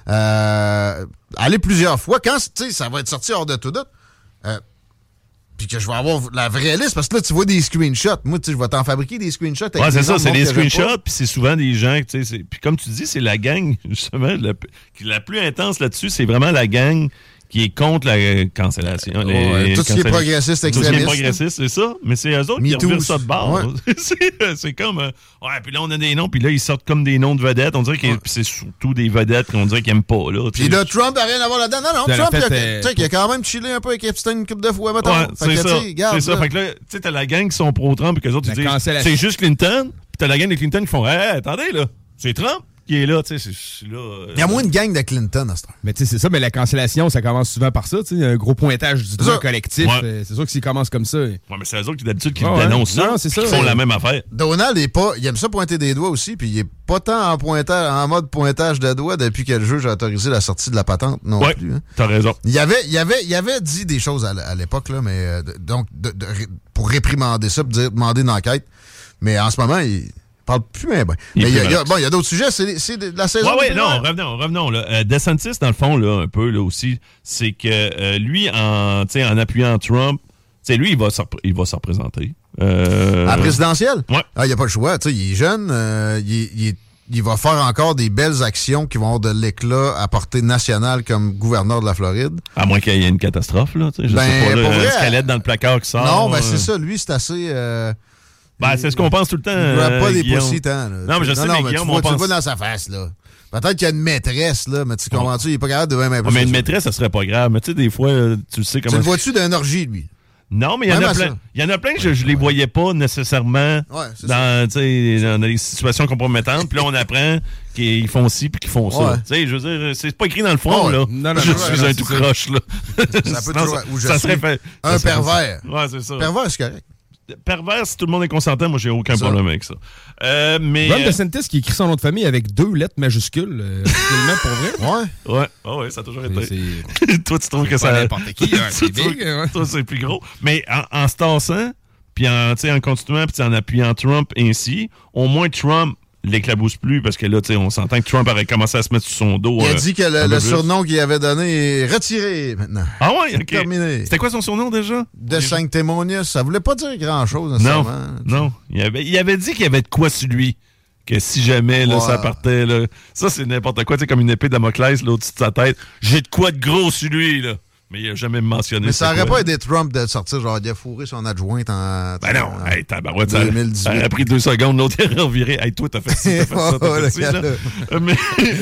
Euh, aller plusieurs fois, quand tu sais, ça va être sorti hors de tout doute, euh, puis que je vais avoir la vraie liste, parce que là, tu vois des screenshots. Moi, tu sais, je vais t'en fabriquer des screenshots. Avec ouais, c'est des ça, c'est des screenshots, puis puis c'est souvent des gens, tu sais, puis comme tu dis, c'est la gang, justement, la, la plus intense là-dessus, c'est vraiment la gang qui est contre la cancellation. Les, ouais, tout ce qui est progressiste, extrémiste. Tout ce qui est progressiste, c'est ça. Mais c'est eux autres Me qui revirent too. ça de bord. Ouais. c'est, c'est comme... Euh, ouais, puis là, on a des noms, puis là, ils sortent comme des noms de vedettes. On dirait que ouais. c'est surtout des vedettes qu'on dirait qu'ils n'aiment pas. Là, puis là, Trump n'a rien à voir là-dedans. Non, non, T'as Trump, fait, il, a, euh, il a quand même chillé un peu avec Epstein une couple de fois, mettons. Ouais, fait c'est, que, ça, regarde, c'est ça. là. Fait que là, tu sais, t'as la gang qui sont pro-Trump, puis qu'eux autres, ils La disent, c'est juste Clinton, puis t'as la gang de Clinton qui font, hey, attendez, là, c'est Trump qui est là, tu sais, c'est là. Euh, il y a moins de gang de Clinton à ce temps. Mais tu sais, c'est ça, mais la cancellation, ça commence souvent par ça, tu sais, un gros pointage du droit collectif. Ouais. Euh, c'est sûr que s'il commence comme ça. Ouais, mais c'est eux autres qui d'habitude qui ah, le ouais. dénoncent ça, non, c'est ça. qui font ouais. la même affaire. Donald est pas, il aime ça pointer des doigts aussi, puis il est pas tant en pointage, en mode pointage de doigts depuis que le juge a autorisé la sortie de la patente non ouais, plus. Hein. T'as raison. Il avait, il avait, il avait dit des choses à, à l'époque là, mais euh, de, donc de, de, pour réprimander ça, pour dire, demander une enquête. Mais en ce moment, il parle plus bien. Ben. Mais il y a, il y a, bon, il y a d'autres sujets. C'est, c'est de la saison. Ouais, ouais, non, revenons, revenons. Là. Euh, DeSantis, dans le fond, là, un peu, là aussi, c'est que euh, lui, en, en appuyant Trump, lui, il va se, il va se représenter. Euh... À la présidentielle? Ouais. Ah, il n'y a pas le choix. T'sais, il est jeune. Euh, il, est, il, est, il va faire encore des belles actions qui vont avoir de l'éclat à portée nationale comme gouverneur de la Floride. À moins qu'il y ait une catastrophe, là. Je ben, sais pas, là, pour un vrai, squelette dans le placard qui sort. Non, ben euh... c'est ça. Lui, c'est assez... Euh, ben, c'est ce qu'on pense tout le temps. Il ne grappe pas euh, des Guillaume. poussies tant. Là. Non, mais je non, sais, non, mais mais Guillaume, tu vois, on tu pense... le vois dans sa face, là. Peut-être qu'il y a une maîtresse, là, mais tu comprends-tu, il n'est pas capable de même un peu. Ouais, mais une maîtresse, ça serait pas grave. Mais tu sais, des fois, tu le sais comment... Tu le vois-tu d'un orgie, lui? Non, mais il y en a plein. Il y en a plein que je, je les voyais pas nécessairement ouais, dans, dans des situations compromettantes. Puis là, on apprend qu'ils font ci puis qu'ils font ça. Ouais. Tu sais, je veux dire, c'est pas écrit dans le fond, ouais. là. Non, non, je non, suis non, un tout ça. croche, là. Ça peut toujours... Ou je ça suis serait fait, un ça pervers. Serait... Ouais, c'est ça. Pervers, c'est correct. Pervers, si tout le monde est consentant, moi, j'ai aucun ça. problème avec ça. Euh, mais... Ron DeSantis qui écrit son nom de famille avec deux lettres majuscules, euh, pour vrai. Ouais. Ouais, oh ouais, ça a toujours été. C'est... toi, tu trouves c'est que ça... n'importe qui, hein, c'est big. Ouais. Toi, c'est plus gros. Mais en, en se tassant, puis en, en continuant, puis en appuyant Trump ainsi, au moins Trump l'éclabousse plus, parce que là, tu sais, on s'entend que Trump aurait commencé à se mettre sur son dos. Il a euh, dit que le, le surnom qu'il avait donné est retiré maintenant. Ah ouais, ok. Terminé. C'était quoi son surnom déjà? De Sanctimonious. Ça voulait pas dire grand-chose, non, nécessairement. non. Il avait, il avait dit qu'il y avait de quoi sur lui. Que si jamais là, ouais. ça partait, là, ça c'est n'importe quoi, tu sais, comme une épée de Damoclès là, au-dessus de sa tête. J'ai de quoi de gros sur lui, là. Mais il a jamais mentionné. Mais ça aurait quoi. pas aidé Trump de sortir, genre, il a fourré son adjointe en. Ben non, en, hey, tabarouette, ça, deux mille dix-huit. ça a pris deux secondes, l'autre est reviré. Hey, toi, t'as fait ci, t'as fait ça, t'as fait ci, là. Mais,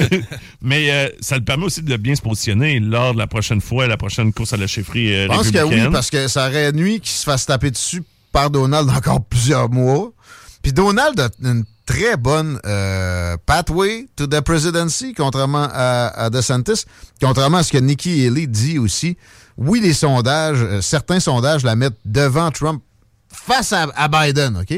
mais euh, ça le permet aussi de bien se positionner lors de la prochaine fois, la prochaine course à la chefferie euh, Je pense que républicaine. oui, parce que ça aurait nuit qu'il se fasse taper dessus par Donald encore plusieurs mois. Puis Donald a une très bonne euh, pathway to the presidency, contrairement à, à DeSantis, contrairement à ce que Nikki Haley dit aussi. Oui, les sondages, euh, certains sondages la mettent devant Trump face à, à Biden, OK?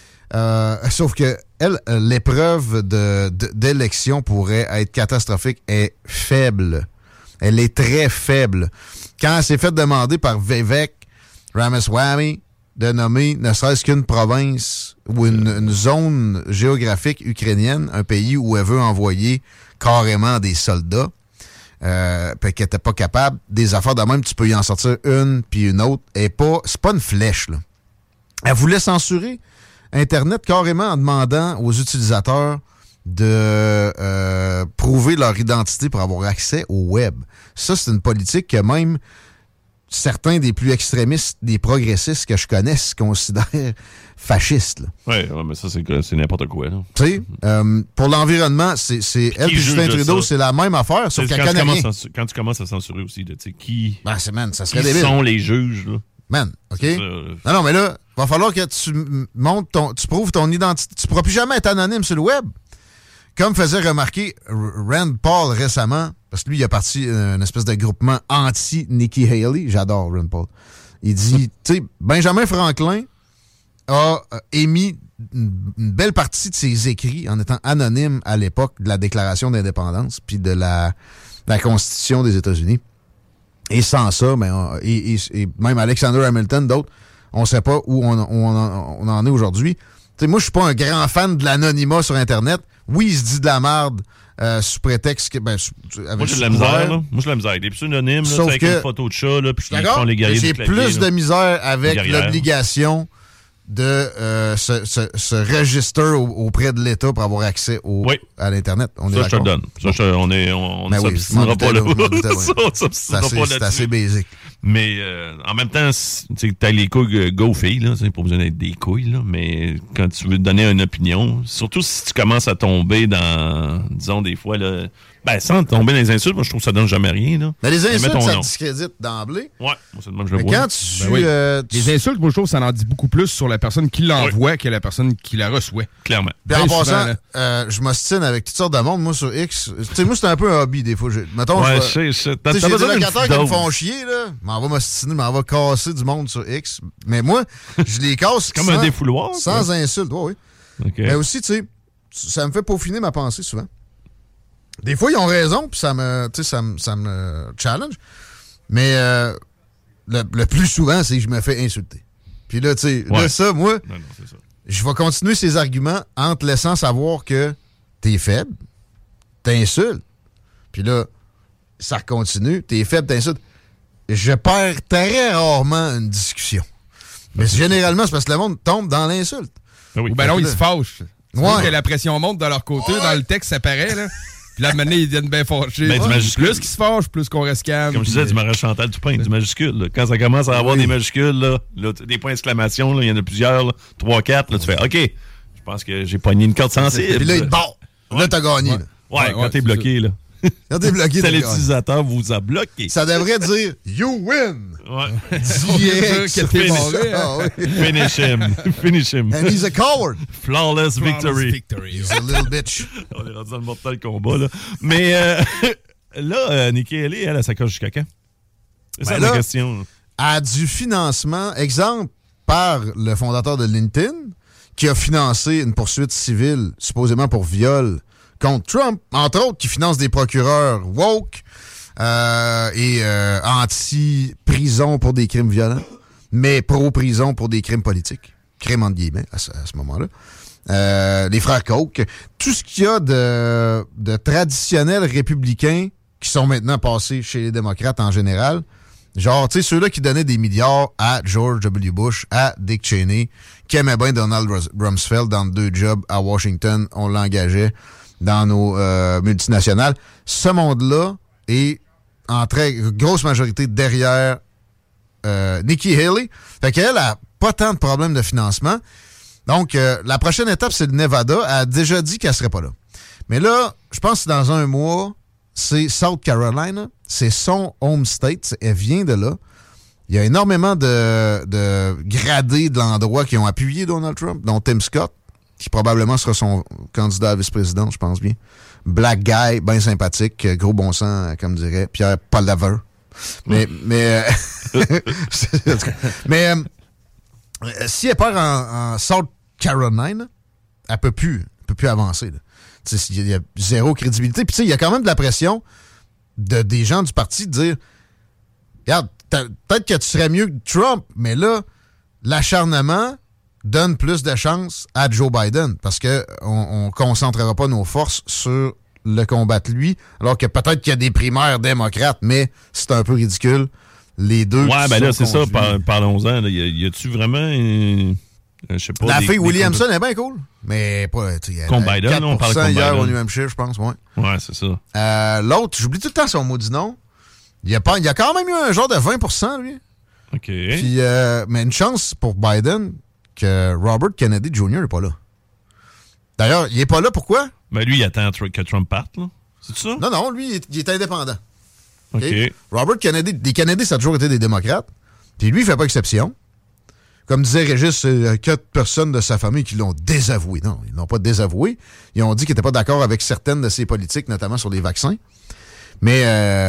Euh, sauf que elle, l'épreuve de, de, d'élection pourrait être catastrophique est faible. Elle est très faible. Quand elle s'est fait demander par Vivek Ramaswamy, de nommer ne serait-ce qu'une province ou une, une zone géographique ukrainienne, un pays où elle veut envoyer carrément des soldats, euh, puis qu'elle n'était pas capable. Des affaires de même, tu peux y en sortir une puis une autre. Et pas, c'est pas une flèche, là. Elle voulait censurer Internet carrément en demandant aux utilisateurs de euh, prouver leur identité pour avoir accès au web. Ça, c'est une politique que même certains des plus extrémistes, des progressistes que je connais, se considèrent fascistes. Oui, ouais, mais ça, c'est, c'est n'importe quoi. Tu sais, euh, pour l'environnement, c'est, c'est elle et Justin Trudeau, c'est la même affaire, sauf qu'elle connaît rien. Censu- quand tu commences à censurer aussi, tu sais, qui, ben, c'est, man, ça serait qui débile. sont les juges, là. Man, OK? Ça, non, non, mais là, il va falloir que tu montes ton, tu prouves ton identité. Tu pourras plus jamais être anonyme sur le web. Comme faisait remarquer Rand Paul récemment, parce que lui, il a parti une espèce de groupement anti-Nikki Haley. J'adore Rand Paul. Il dit, tu sais, Benjamin Franklin a émis une belle partie de ses écrits en étant anonyme à l'époque de la Déclaration d'indépendance puis de la, la Constitution des États-Unis. Et sans ça, ben, on, et, et, et même Alexander Hamilton, d'autres, on ne sait pas où on, on, en, on en est aujourd'hui. Tu sais, moi, je suis pas un grand fan de l'anonymat sur Internet. Oui, il se dit de la merde euh, sous prétexte que... Ben, avec moi, j'ai de la misère, là. Moi, j'ai de la misère. Avec des pseudonymes, là, avec que, une photo de chat, là, puis ils font les guerriers j'ai du clavier. J'ai plus là. de misère avec l'obligation de euh, se, se, se register auprès de l'État pour avoir accès au, oui. à l'Internet. On ça, est je te le donne. Ça, je, on est, on, on ben ne oui, s'obstinera pas là. Ça, on s'obstinera pas là-dessus. C'est assez basique. Mais euh, en même temps, tu as les couilles go filles, là, c'est pas besoin d'être des couilles, là, mais quand tu veux donner une opinion, surtout si tu commences à tomber dans, disons, des fois, là, ben, sans tomber dans les insultes, moi, je trouve que ça donne jamais rien, là. Mais les insultes, ça nom. discrédite d'emblée. Ouais, moi, c'est le même que je le mais vois. Quand tu, ben oui. euh, tu... Les insultes, moi, je trouve que ça en dit beaucoup plus sur la personne qui l'envoie oui. que la personne qui la reçoit. Clairement. Puis en passant, euh, je m'ostine avec toutes sortes de monde, moi, sur X. Tu sais, moi, c'est un peu un hobby, des fois. J'ai, mettons, ouais, je sais, sais. T'as, j'ai des locataires qui me font chier, là. M'en va m'ostiner, m'en va casser du monde sur X. Mais moi, je les casse comme sans, un défouloir. Sans quoi? Insulte, oui, oui. Okay. Mais aussi, tu sais, ça me fait peaufiner ma pensée souvent. Des fois, ils ont raison, puis ça me, tu sais, ça me, ça me challenge. Mais euh, le, le plus souvent, c'est que je me fais insulter. Puis là, tu sais, ouais. là, ça, moi, non, non, c'est ça. Je vais continuer ces arguments en te laissant savoir que t'es faible, t'insultes. Puis là, ça continue, t'es faible, t'insultes. Je perds très rarement une discussion. Mais c'est généralement, c'est parce que le monde tombe dans l'insulte. Ben oui. Ou ben non, ils se fâchent. Ouais. Que la pression monte de leur côté, ouais. Dans le texte, ça paraît, là. Puis là, maintenant, ils viennent bien fâchés. Ben, ouais. Plus qu'ils se fâchent, plus qu'on reste calme. Comme je disais, du mariage Chantal Toupin, du majuscule. Là. Quand ça commence à avoir oui. des majuscules, là, là, des points d'exclamation, il y en a plusieurs, là, trois, quatre, là, tu fais OK, je pense que j'ai pogné une corde sensible. Puis là, il te bat. Ouais. Là, t'as gagné. Ouais, là. ouais, ouais quand ouais, t'es bloqué, ça. Là. Quand t'es bloqué, c'est l'utilisateur vous a bloqué. Ça devrait dire You win. Ouais. Finish, ah, oui. Finish him. Finish him. And he's a coward. Flawless, Flawless victory. victory. He's a little bitch. On est rendu dans le mortal combat, là. Mais euh, là, euh, Nikki Haley, elle, elle s'accroche jusqu'à quand? C'est ben ça là, la question. À du financement, exemple, par le fondateur de LinkedIn, qui a financé une poursuite civile, supposément pour viol, contre Trump, entre autres, qui finance des procureurs woke euh, et euh, anti-prison pour des crimes violents, mais pro-prison pour des crimes politiques. Crimes entre guillemets, à ce, à ce moment-là. Euh, les frères Koch. Tout ce qu'il y a de, de traditionnels républicains qui sont maintenant passés chez les démocrates en général. Genre, tu sais, ceux-là qui donnaient des milliards à George W. Bush, à Dick Cheney, qui aimaient bien Donald Rumsfeld dans deux jobs à Washington, on l'engageait dans nos euh, multinationales. Ce monde-là est en très grosse majorité derrière euh, Nikki Haley. Fait qu'elle a pas tant de problèmes de financement. Donc, euh, la prochaine étape, c'est le Nevada. Elle a déjà dit qu'elle serait pas là. Mais là, je pense que dans un mois, c'est South Carolina. C'est son home state. Elle vient de là. Il y a énormément de, de gradés de l'endroit qui ont appuyé Donald Trump, dont Tim Scott, qui probablement sera son candidat à vice-président, je pense bien. Black guy, bien sympathique, gros bon sang, comme dirait Pierre Palaver. Mais, mais, euh, mais euh, si elle part en, en South Carolina, elle peut plus, elle peut plus avancer. Il y a zéro crédibilité. Puis tu sais, il y a quand même de la pression de des gens du parti de dire, regarde, peut-être que tu serais mieux que Trump, mais là, l'acharnement donne plus de chances à Joe Biden parce qu'on ne concentrera pas nos forces sur le combattre lui, alors que peut-être qu'il y a des primaires démocrates, mais c'est un peu ridicule. Les deux. Ouais, ben là, c'est ça, par, parlons-en. Là. Y, y a-tu vraiment. Une, je sais pas. La des, fille des Williamson comptes... est bien cool, mais pas. Tu sais, contre Biden, on parle contre hier Biden. au New Hampshire, je pense, ouais. Ouais, c'est ça. Euh, l'autre, j'oublie tout le temps son maudit nom. Il y a, pas, il y a quand même eu un genre de vingt pour cent, lui. OK. Puis, euh, mais une chance pour Biden que Robert Kennedy Junior n'est pas là. D'ailleurs, il n'est pas là, pourquoi? Ben lui, il attend que Trump parte, là. C'est ça? Non, non, lui, il est, il est indépendant. OK. Okay? Robert Kennedy, des Kennedy, ça a toujours été des démocrates. Puis lui, il fait pas exception. Comme disait Régis, il y a quatre personnes de sa famille qui l'ont désavoué. Non, ils l'ont pas désavoué. Ils ont dit qu'ils n'étaient pas d'accord avec certaines de ses politiques, notamment sur les vaccins. Mais euh,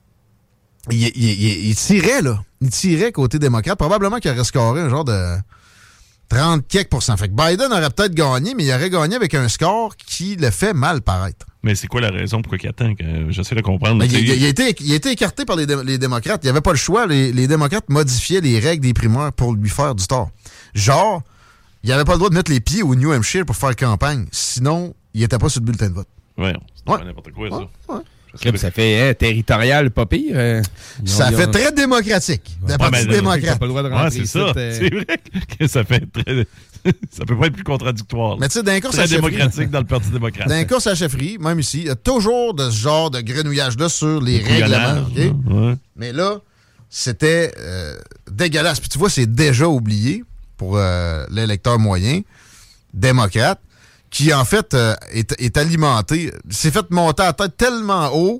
il, il, il, il tirait, là. Il tirait côté démocrate. Probablement qu'il aurait scoré un genre de trente quelques pour cent. Fait que Biden aurait peut-être gagné, mais il aurait gagné avec un score qui le fait mal paraître. Mais c'est quoi la raison pourquoi il attend? Que j'essaie de comprendre. Il, il, il, a été, il a été écarté par les, dé- les démocrates. Il n'y avait pas le choix. Les, les démocrates modifiaient les règles des primaires pour lui faire du tort. Genre, il n'avait pas le droit de mettre les pieds au New Hampshire pour faire campagne. Sinon, il n'était pas sur le bulletin de vote. Ouais, c'est ouais. n'importe quoi, ouais. ça. Ouais. Comme ça fait hein, territorial, pas pire. Euh, ça ont, fait ont... très démocratique. De la ouais, partie démocrate. Pas le droit de rentrer ouais, c'est ici, ça. euh... C'est vrai que ça fait très... ça peut pas être plus contradictoire. Là. Mais tu sais, d'un course très à chefferie, démocratique dans le Parti démocrate. D'un course à chefferie, même ici, il y a toujours de ce genre de grenouillage-là sur les règlements. Okay? Ouais. Mais là, c'était euh, dégueulasse. Puis tu vois, c'est déjà oublié pour euh, l'électeur moyen, démocrate, qui en fait euh, est, est alimenté, s'est fait monter à la tête tellement haut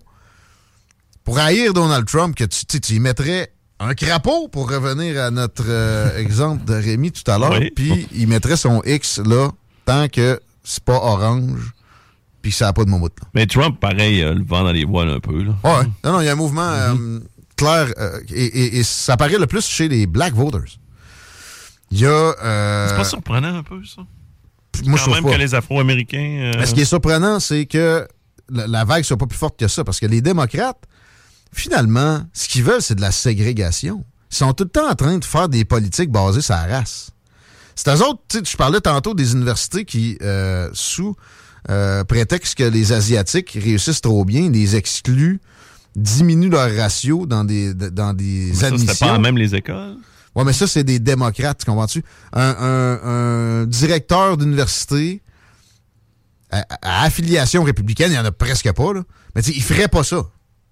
pour haïr Donald Trump que tu, tu, tu y mettrais un crapaud, pour revenir à notre euh, exemple de Rémi tout à l'heure, oui. Puis il mettrait son X là, tant que c'est pas orange, puis que ça n'a pas de moumoute. Là. Mais Trump, pareil, euh, le vent dans les voiles un peu. Là. Ouais, non, non, il y a un mouvement mm-hmm. euh, clair, euh, et, et, et ça apparaît le plus chez les black voters. Il y a... Euh, c'est pas surprenant un peu, ça? Moi, quand je même pas. que les Afro-Américains... Euh... Mais ce qui est surprenant, c'est que la, la vague soit pas plus forte que ça, parce que les démocrates, finalement, ce qu'ils veulent, c'est de la ségrégation. Ils sont tout le temps en train de faire des politiques basées sur la race. C'est eux autres, tu sais, je parlais tantôt des universités qui, euh, sous euh, prétexte que les Asiatiques réussissent trop bien, les excluent, diminuent leur ratio dans des, dans des mais admissions. Ça, c'était pas même les écoles? Ouais, mais ça, c'est des démocrates, tu comprends-tu? Un, un, un directeur d'université à, à affiliation républicaine, il n'y en a presque pas, là. Mais tu sais, il ferait pas ça.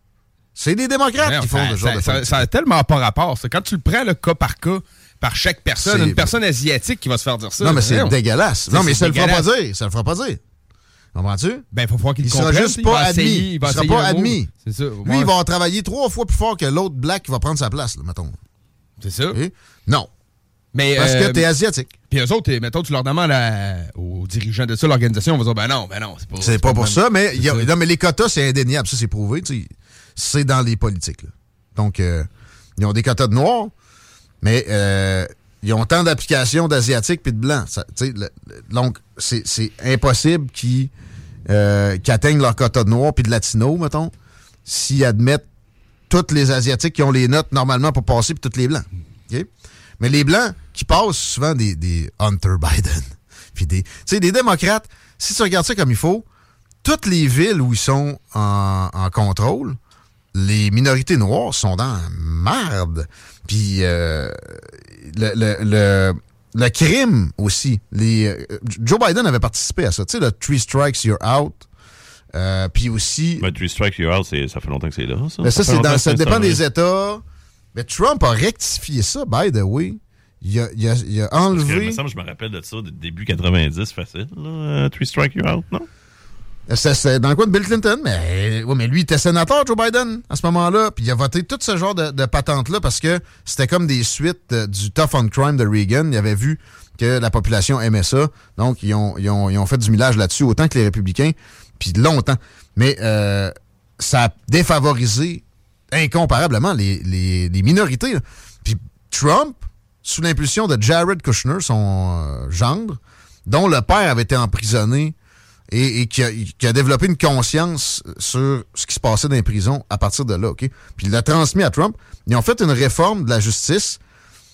C'est des démocrates ouais, qui font ça, ce genre ça, de ça, ça a tellement pas rapport. Ça. Quand tu le prends le cas par cas, par chaque personne, c'est... une personne asiatique qui va se faire dire ça. Non, mais c'est non. dégueulasse. C'est, non, mais c'est ça le fera pas dégueulasse. dire. Ça le fera pas dire. Comprends-tu? Ben, il faut voir qu'il il comprenne. sera juste il pas va admis. essayer, il va il sera essayer pas un mot. admis. C'est ça. Lui, Ouais. il va travailler trois fois plus fort que l'autre black qui va prendre sa place, là, mettons. C'est ça. Et? Non. Mais, Parce euh, que t'es asiatique. Puis eux autres, mettons, tu leur demandes à, aux dirigeants de ça, l'organisation, on va dire, ben non, ben non, c'est pas C'est, c'est pas, pas pour même. ça, mais, y a, ça. non, mais les quotas, c'est indéniable. Ça, c'est prouvé. T'sais. C'est dans les politiques. Là. Donc, euh, ils ont des quotas de noirs, mais euh, ils ont tant d'applications d'asiatiques puis de blancs. Ça, le, le, donc, c'est, c'est impossible qu'ils, euh, qu'ils atteignent leur quota de noirs puis de latinos, mettons, s'ils admettent tous les asiatiques qui ont les notes normalement pour passer puis tous les blancs. Okay? Mais les blancs qui passent souvent des, des Hunter Biden, puis des, tu sais, des démocrates, si tu regardes ça comme il faut, toutes les villes où ils sont en, en contrôle, les minorités noires sont dans la merde. Puis euh, le, le, le, le crime aussi. Les, euh, Joe Biden avait participé à ça. Tu sais, le Three Strikes, You're Out. Euh, puis aussi... Ben, Three Strikes, You're Out, c'est, ça fait longtemps que c'est là, ça. Mais ça, ça, c'est fait dans, ça que dépend c'est des États. Mais Trump a rectifié ça, by the way. Il a, il a, il a enlevé... Parce que, il me semble, je me rappelle de ça, de début quatre-vingt-dix, facile, là, Three Strikes, You're Out, non? C'est, c'est dans le coin de Bill Clinton, mais, ouais, mais lui, il était sénateur, Joe Biden, à ce moment-là. Puis il a voté tout ce genre de, de patentes-là parce que c'était comme des suites de, du Tough on Crime de Reagan. Il avait vu que la population aimait ça. Donc, ils ont, ils ont, ils ont fait du millage là-dessus, autant que les républicains, puis longtemps. Mais euh, ça a défavorisé incomparablement les, les, les minorités. Là. Puis Trump, sous l'impulsion de Jared Kushner, son euh, gendre, dont le père avait été emprisonné et, et qui, a, qui a développé une conscience sur ce qui se passait dans les prisons à partir de là. Okay? Puis il l'a transmis à Trump. Ils ont fait une réforme de la justice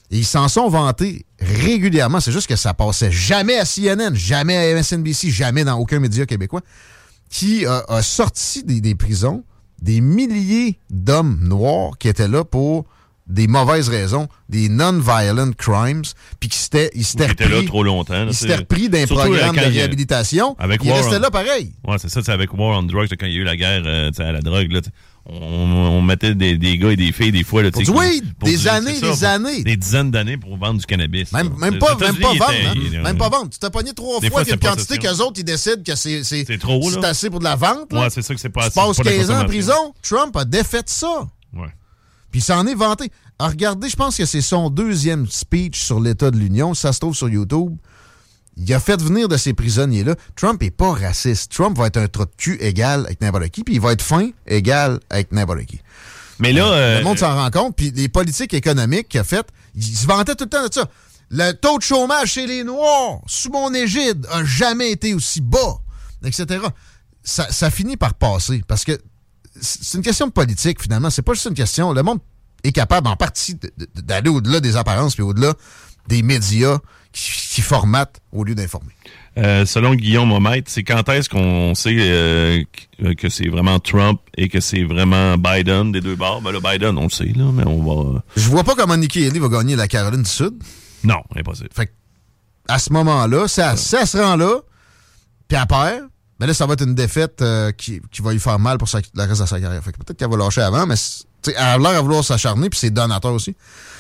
Et ils s'en sont vantés régulièrement. C'est juste que ça passait jamais à C N N, jamais à M S N B C, jamais dans aucun média québécois, qui a, a sorti des, des prisons des milliers d'hommes noirs qui étaient là pour des mauvaises raisons, des non-violent crimes, puis qui s'étaient ils s'étaient repris, là trop longtemps. Là, ils s'étaient repris d'un programme de réhabilitation. Avec ils War restaient on, là pareil. Ouais, c'est ça, c'est avec War on Drugs, quand il y a eu la guerre euh, à la drogue, là, on, on mettait des, des gars et des filles des fois. Là, pour du weed, des du, années, ça, des pour, années. Des dizaines d'années pour vendre du cannabis. Même, même pas, même pas vendre, hein? Était, même pas vendre. Tu t'as pogné trois fois qu'une quantité qu'eux autres, ils décident que c'est, c'est, c'est, trop, c'est assez pour de la vente. Là. Ouais, c'est ça que c'est pas assez. Tu passes quinze ans en prison, Trump a défait ça. Ouais. Puis il s'en est vanté. Alors, regardez, je pense que c'est son deuxième speech sur l'état de l'Union. Ça se trouve sur YouTube. Il a fait venir de ces prisonniers-là. Trump n'est pas raciste. Trump va être un trou de cul égal avec n'importe qui, puis il va être fin égal avec n'importe qui. Mais là... Euh, le monde s'en rend compte, puis les politiques économiques qu'il a faites, il se vantait tout le temps de ça. Le taux de chômage chez les Noirs, sous mon égide, a jamais été aussi bas, et cetera. Ça, ça finit par passer, parce que c'est une question de politique, finalement. C'est pas juste une question... Le monde est capable, en partie, de, de, d'aller au-delà des apparences, puis au-delà des médias qui, qui formatent au lieu d'informer. Euh, selon Guillaume Haumette, c'est quand est-ce qu'on sait euh, que c'est vraiment Trump et que c'est vraiment Biden des deux bords? Ben là, Biden, on le sait, là, mais on va... Je vois pas comment Nikki Haley va gagner la Caroline du Sud. Non, impossible. Fait à ce moment-là, ça, ça se rend là, puis elle perd, mais là, ça va être une défaite euh, qui, qui va lui faire mal pour sa, le reste de sa carrière. Fait que peut-être qu'elle va lâcher avant, mais elle a l'air à vouloir s'acharner, puis c'est donateur aussi.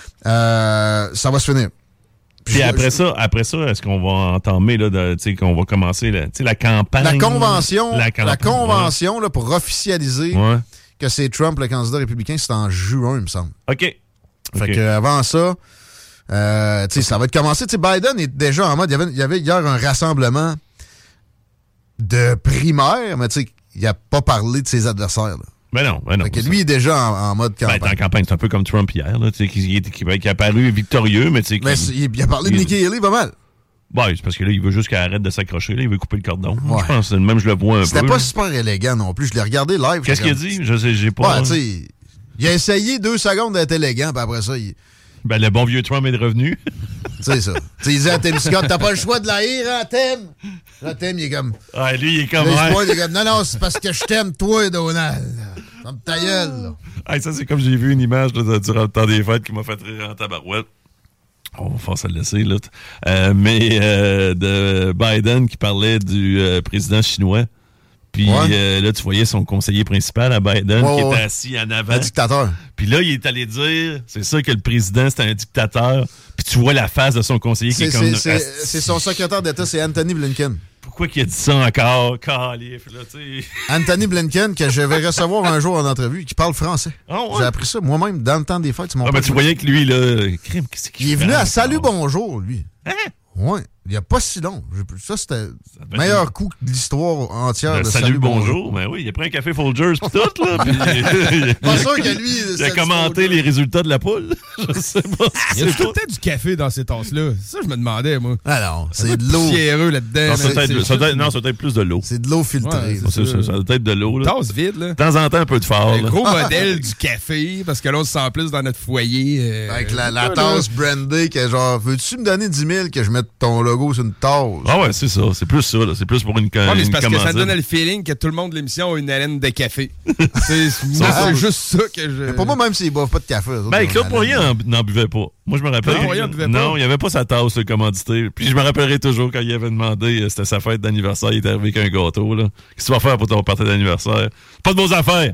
Euh, ça va se finir. Puis, puis après ça, après ça, est-ce qu'on va entamer, là, de, tu sais, qu'on va commencer la, la campagne? La convention, la, campagne, la convention ouais. là, pour officialiser ouais. que c'est Trump le candidat républicain, c'est en juin, il me semble. OK. Fait okay. que avant ça, euh, tu sais, ça va être commencé. Tu sais, Biden est déjà en mode, il y avait, il y avait hier un rassemblement de primaire, mais tu sais, il n'a pas parlé de ses adversaires, là. Ben non, ben non. Fait que lui, il est déjà en, en mode campagne. Ben, en campagne, c'est un peu comme Trump hier, là, tu sais, qui, qui, qui, qui a apparu victorieux, mais tu sais... Mais il, il a parlé de Nikki Haley pas mal. Ben, c'est parce que là, il veut juste qu'elle arrête de s'accrocher, là, il veut couper le cordon. Ouais. Je pense, même je le vois un C'était peu. C'était pas là. super élégant non plus, je l'ai regardé live. Qu'est-ce qu'il a dit? Je sais, j'ai pas... Ouais, tu sais, il a essayé deux secondes d'être élégant, puis après ça, il... Ben, le bon vieux Trump est revenu. C'est ça. T'sais, il disait à Tim Scott, t'as pas le choix de la haïr, hein, Tim? Là, Tim, il est comme... Ah, lui, il est comme... Là, ouais. Il est comme, non, non, c'est parce que je t'aime, toi, Donald. Comme ta gueule, là. Ah, ça, c'est comme j'ai vu une image là, durant le temps des fêtes qui m'a fait rire en tabarouette. On va force à le laisser, là. Euh, mais euh, de Biden qui parlait du euh, président chinois. Puis ouais. euh, là, tu voyais son conseiller principal à Biden ouais, qui ouais. était assis en avant. Un dictateur. Puis là, il est allé dire, c'est ça que le président, c'est un dictateur. Puis tu vois la face de son conseiller c'est, qui est comme... C'est, c'est, c'est son secrétaire d'État, c'est Anthony Blinken. Pourquoi qu'il a dit ça encore? Calif, là, tu sais. Anthony Blinken, que je vais recevoir un jour en entrevue, qui parle français. Oh, ouais. J'ai appris ça moi-même dans le temps des fêtes. Ah, ben, tu voyais que lui, là... Crime, qu'est-ce qu'il il est venu à Salut Bonjour, lui. Hein? Ouais. Il n'y a pas si long. Ça, c'était le meilleur une... coup de l'histoire entière le de Salut, Salut Bonjour. Bonjour. Ben oui, il a pris un café Folgers pis tout, là. Pis il, pas sûr que lui... Il a commenté les résultats de la poule. Je sais pas. Il y a tout le temps du café dans ces tasses-là. Ça, je me demandais, moi. Ah non, c'est de l'eau. Pierreux là-dedans. Non, ça, c'est, ça, doit, non, ça doit être plus de l'eau. C'est de l'eau filtrée. Ouais, c'est ça, ça doit être de l'eau, là. Tasse vide, là. De temps en temps, un peu de fort, un gros modèle du café, parce que là, on se sent plus dans notre foyer. Euh, Avec la, la tasse brandée, que genre, veux-tu me donner dix mille que je mette ton logo sur une tasse? Ah ouais, c'est ça. C'est plus ça, là. C'est plus pour une, ouais, mais c'est parce une que ça donne le feeling que tout le monde de l'émission a une haleine de café. c'est, moi, ah, c'est juste ça que je... Mais pour moi, même s'ils boivent pas de café. Ben, Claude Poirier n'en buvait pas. Moi, je me rappelle. Claude Poirier n'en buvait pas. Non, il n'y avait pas sa tasse commanditée. Puis je me rappellerai toujours quand il avait demandé, c'était sa fête d'anniversaire, il était arrivé avec un gâteau, là. Qu'est-ce que tu vas faire pour ton party d'anniversaire? Pas de vos affaires!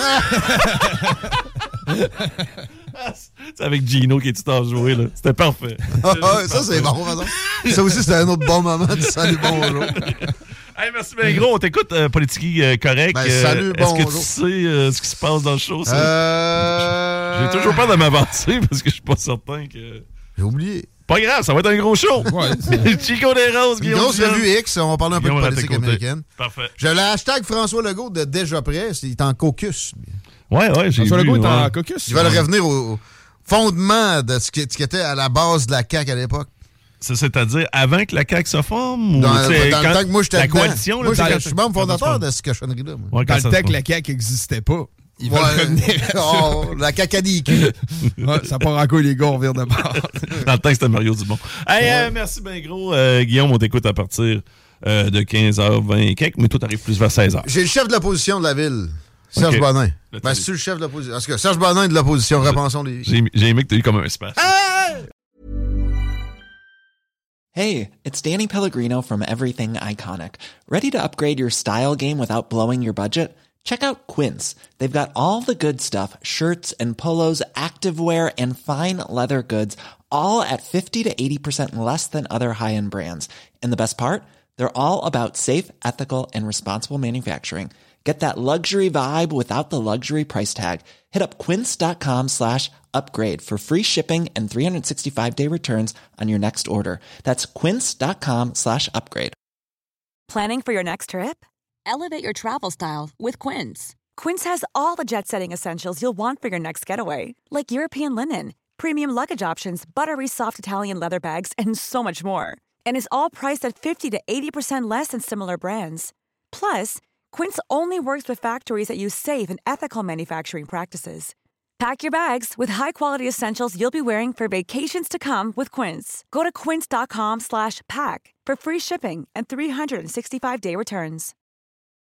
C'est avec Gino qui est tout en joué, là. C'était parfait. Ah, ouais, ça, c'est bon, par ça aussi, c'était un autre bon moment de Salut Bonjour. Hey, merci bien gros. On t'écoute, euh, Politique euh, correct. Ben, salut, euh, bonjour. Est-ce que tu sais euh, ce qui se passe dans le show? Ça? Euh... J'ai toujours peur de m'avancer parce que je suis pas certain que... J'ai oublié. Pas grave, ça va être un gros show. Ouais, Chico des Roses, Guillaume. Une grosse revue X, on va parler un peu Guillaume de politique américaine. Parfait. J'ai le hashtag François Legault de Déjà Prêt. Il est en caucus. Ouais, ouais, j'ai François vu. Legault est ouais. en caucus. Ils veulent revenir au, au fondement de ce qui, ce qui était à la base de la C A Q à l'époque. Ça, c'est-à-dire avant que la C A Q se forme? Ou Dans, dans quand, le temps que moi, j'étais la dedans. coalition. Moi, là, je suis membre fondateur de cette cochonnerie-là. Ouais, dans le ça temps que la C A Q n'existait pas. Ils veulent Ouais. revenir. Oh, la cacadique. Ouais, ça part en couille, les gars, on revient de bord. Dans le temps que c'était Mario Dumont. Hey, euh, merci bien gros. Euh, Guillaume, on t'écoute à partir euh, de quinze heures vingt et quelques, mais toi, t'arrives plus vers seize heures. J'ai le chef de l'opposition de la ville, Serge Ok. Bonin. Là, Ben, t'as c'est le chef de l'opposition. Parce que Serge Bonin est de l'opposition, repensons les... J'ai j'ai aimé que t'as eu comme un espace. Hey, it's Danny Pellegrino from Everything Iconic. Ready to upgrade your style game without blowing your budget? Check out Quince. They've got all the good stuff, shirts and polos, activewear, and fine leather goods, all at fifty to eighty percent less than other high-end brands. And the best part? They're all about safe, ethical, and responsible manufacturing. Get that luxury vibe without the luxury price tag. Hit up quince.com slash upgrade for free shipping and three sixty-five day returns on your next order. That's quince.com slash upgrade. Planning for your next trip? Elevate your travel style with Quince. Quince has all the jet-setting essentials you'll want for your next getaway, like European linen, premium luggage options, buttery soft Italian leather bags, and so much more. And is all priced at fifty to eighty percent less than similar brands. Plus, Quince only works with factories that use safe and ethical manufacturing practices. Pack your bags with high-quality essentials you'll be wearing for vacations to come with Quince. Go to quince.com slash pack for free shipping and three sixty-five day returns.